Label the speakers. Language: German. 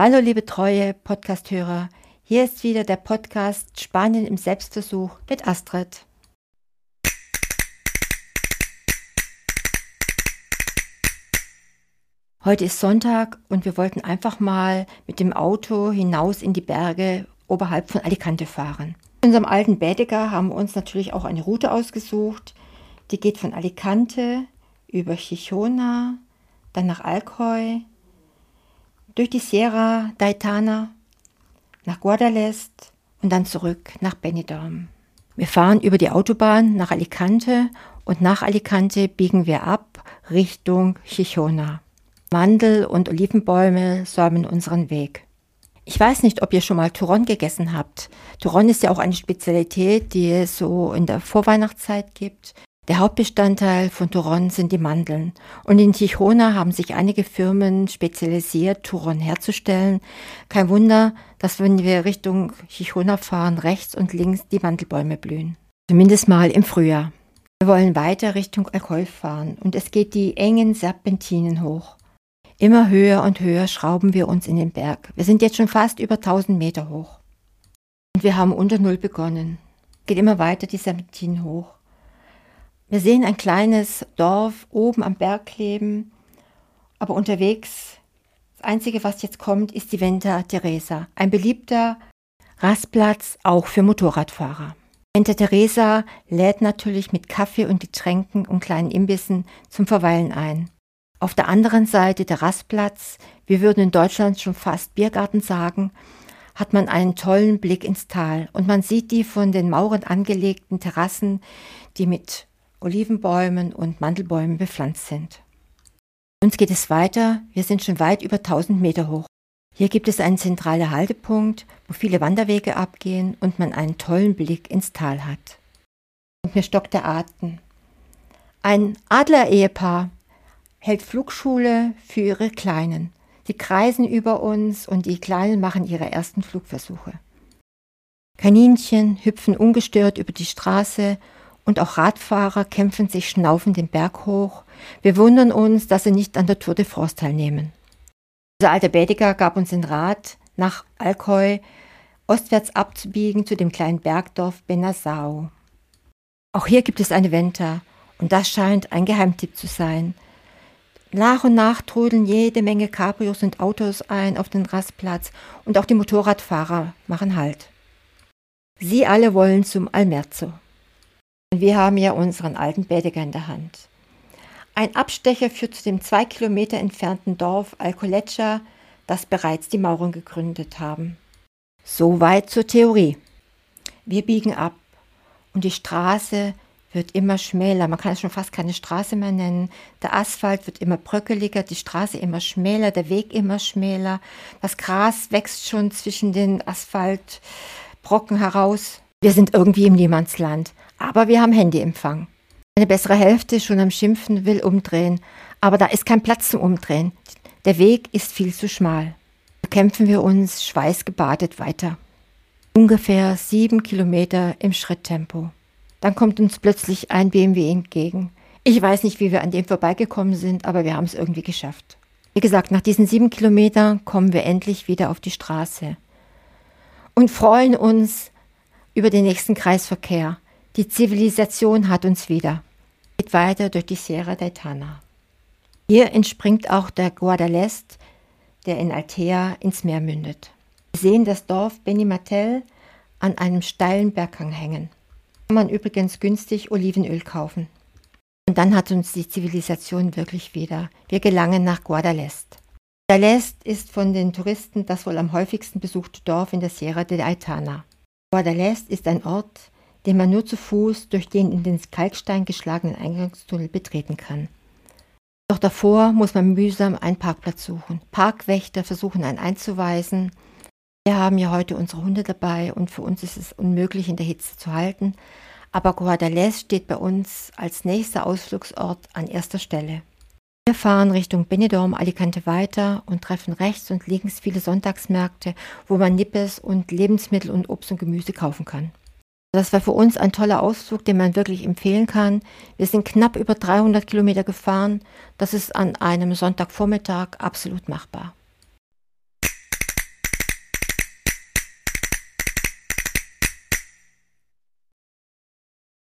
Speaker 1: Hallo liebe treue Podcast-Hörer, hier ist wieder der Podcast Spanien im Selbstversuch mit Astrid. Heute ist Sonntag und wir wollten einfach mal mit dem Auto hinaus in die Berge oberhalb von Alicante fahren. In unserem alten Baedeker haben wir uns natürlich auch eine Route ausgesucht, die geht von Alicante über Chichona, dann nach Alcoy, durch die Sierra de Aitana, nach Guadalest und dann zurück nach Benidorm. Wir fahren über die Autobahn nach Alicante und nach Alicante biegen wir ab Richtung Chichona. Mandel- und Olivenbäume säumen unseren Weg. Ich weiß nicht, ob ihr schon mal Turrón gegessen habt. Turrón ist ja auch eine Spezialität, die es so in der Vorweihnachtszeit gibt. Der Hauptbestandteil von Turrón sind die Mandeln. Und in Chichona haben sich einige Firmen spezialisiert, Turrón herzustellen. Kein Wunder, dass wenn wir Richtung Chichona fahren, rechts und links die Mandelbäume blühen. Zumindest mal im Frühjahr. Wir wollen weiter Richtung Alcoy fahren und es geht die engen Serpentinen hoch. Immer höher und höher schrauben wir uns in den Berg. Wir sind jetzt schon fast über 1000 Meter hoch. Und wir haben unter Null begonnen. Geht immer weiter die Serpentinen hoch. Wir sehen ein kleines Dorf oben am Berg kleben, aber unterwegs, das Einzige, was jetzt kommt, ist die Venta Teresa, ein beliebter Rastplatz auch für Motorradfahrer. Venta Teresa lädt natürlich mit Kaffee und Getränken und kleinen Imbissen zum Verweilen ein. Auf der anderen Seite der Rastplatz, wir würden in Deutschland schon fast Biergarten sagen, hat man einen tollen Blick ins Tal und man sieht die von den Mauern angelegten Terrassen, die mit Olivenbäumen und Mandelbäumen bepflanzt sind. Uns geht es weiter, wir sind schon weit über 1000 Meter hoch. Hier gibt es einen zentralen Haltepunkt, wo viele Wanderwege abgehen und man einen tollen Blick ins Tal hat. Und mir stockt der Atem. Ein Adler-Ehepaar hält Flugschule für ihre Kleinen. Sie kreisen über uns und die Kleinen machen ihre ersten Flugversuche. Kaninchen hüpfen ungestört über die Straße und auch Radfahrer kämpfen sich schnaufend den Berg hoch. Wir wundern uns, dass sie nicht an der Tour de France teilnehmen. Unser alter Baedeker gab uns den Rat, nach Alcoy ostwärts abzubiegen zu dem kleinen Bergdorf Benasau. Auch hier gibt es eine Venta und das scheint ein Geheimtipp zu sein. Nach und nach trudeln jede Menge Cabrios und Autos ein auf den Rastplatz und auch die Motorradfahrer machen Halt. Sie alle wollen zum Almerzo. Wir haben ja unseren alten Baedeker in der Hand. Ein Abstecher führt zu dem 2 Kilometer entfernten Dorf Alcolecha, das bereits die Mauren gegründet haben. Soweit zur Theorie. Wir biegen ab und die Straße wird immer schmäler. Man kann es schon fast keine Straße mehr nennen. Der Asphalt wird immer bröckeliger, die Straße immer schmäler, der Weg immer schmäler. Das Gras wächst schon zwischen den Asphaltbrocken heraus. Wir sind irgendwie im Niemandsland. Aber wir haben Handyempfang. Eine bessere Hälfte schon am Schimpfen will umdrehen, aber da ist kein Platz zum Umdrehen. Der Weg ist viel zu schmal. Da kämpfen wir uns schweißgebadet weiter. Ungefähr 7 Kilometer im Schritttempo. Dann kommt uns plötzlich ein BMW entgegen. Ich weiß nicht, wie wir an dem vorbeigekommen sind, aber wir haben es irgendwie geschafft. Wie gesagt, nach diesen 7 Kilometern kommen wir endlich wieder auf die Straße und freuen uns über den nächsten Kreisverkehr. Die Zivilisation hat uns wieder. Geht weiter durch die Sierra de Aitana. Hier entspringt auch der Guadalest, der in Altea ins Meer mündet. Wir sehen das Dorf Benimatel an einem steilen Berghang hängen. Kann man übrigens günstig Olivenöl kaufen. Und dann hat uns die Zivilisation wirklich wieder. Wir gelangen nach Guadalest. Guadalest ist von den Touristen das wohl am häufigsten besuchte Dorf in der Sierra de Aitana. Guadalest ist ein Ort, den man nur zu Fuß durch den in den Kalkstein geschlagenen Eingangstunnel betreten kann. Doch davor muss man mühsam einen Parkplatz suchen. Parkwächter versuchen einen einzuweisen. Wir haben ja heute unsere Hunde dabei und für uns ist es unmöglich, in der Hitze zu halten. Aber Guadalest steht bei uns als nächster Ausflugsort an erster Stelle. Wir fahren Richtung Benidorm, Alicante weiter und treffen rechts und links viele Sonntagsmärkte, wo man Nippes und Lebensmittel und Obst und Gemüse kaufen kann. Das war für uns ein toller Ausflug, den man wirklich empfehlen kann. Wir sind knapp über 300 Kilometer gefahren. Das ist an einem Sonntagvormittag absolut machbar.